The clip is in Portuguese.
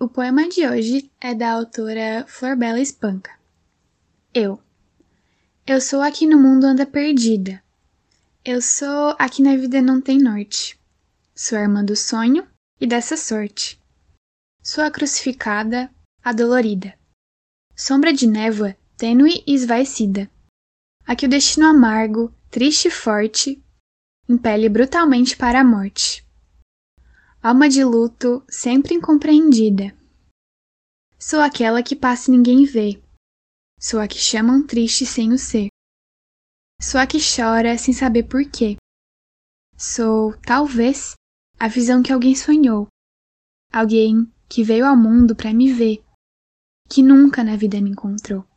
O poema de hoje é da autora Florbela Espanca. Eu sou a que no mundo anda perdida. Eu sou a que na vida não tem norte. Sou a irmã do sonho e dessa sorte. Sou a crucificada, a dolorida. Sombra de névoa, tênue e esvaecida. A que o destino amargo, triste e forte, impele brutalmente para a morte. Alma de luto, sempre incompreendida. Sou aquela que passa e ninguém vê. Sou a que chamam triste sem o ser. Sou a que chora sem saber por quê. Sou, talvez, a visão que alguém sonhou. Alguém que veio ao mundo para me ver, que nunca na vida me encontrou.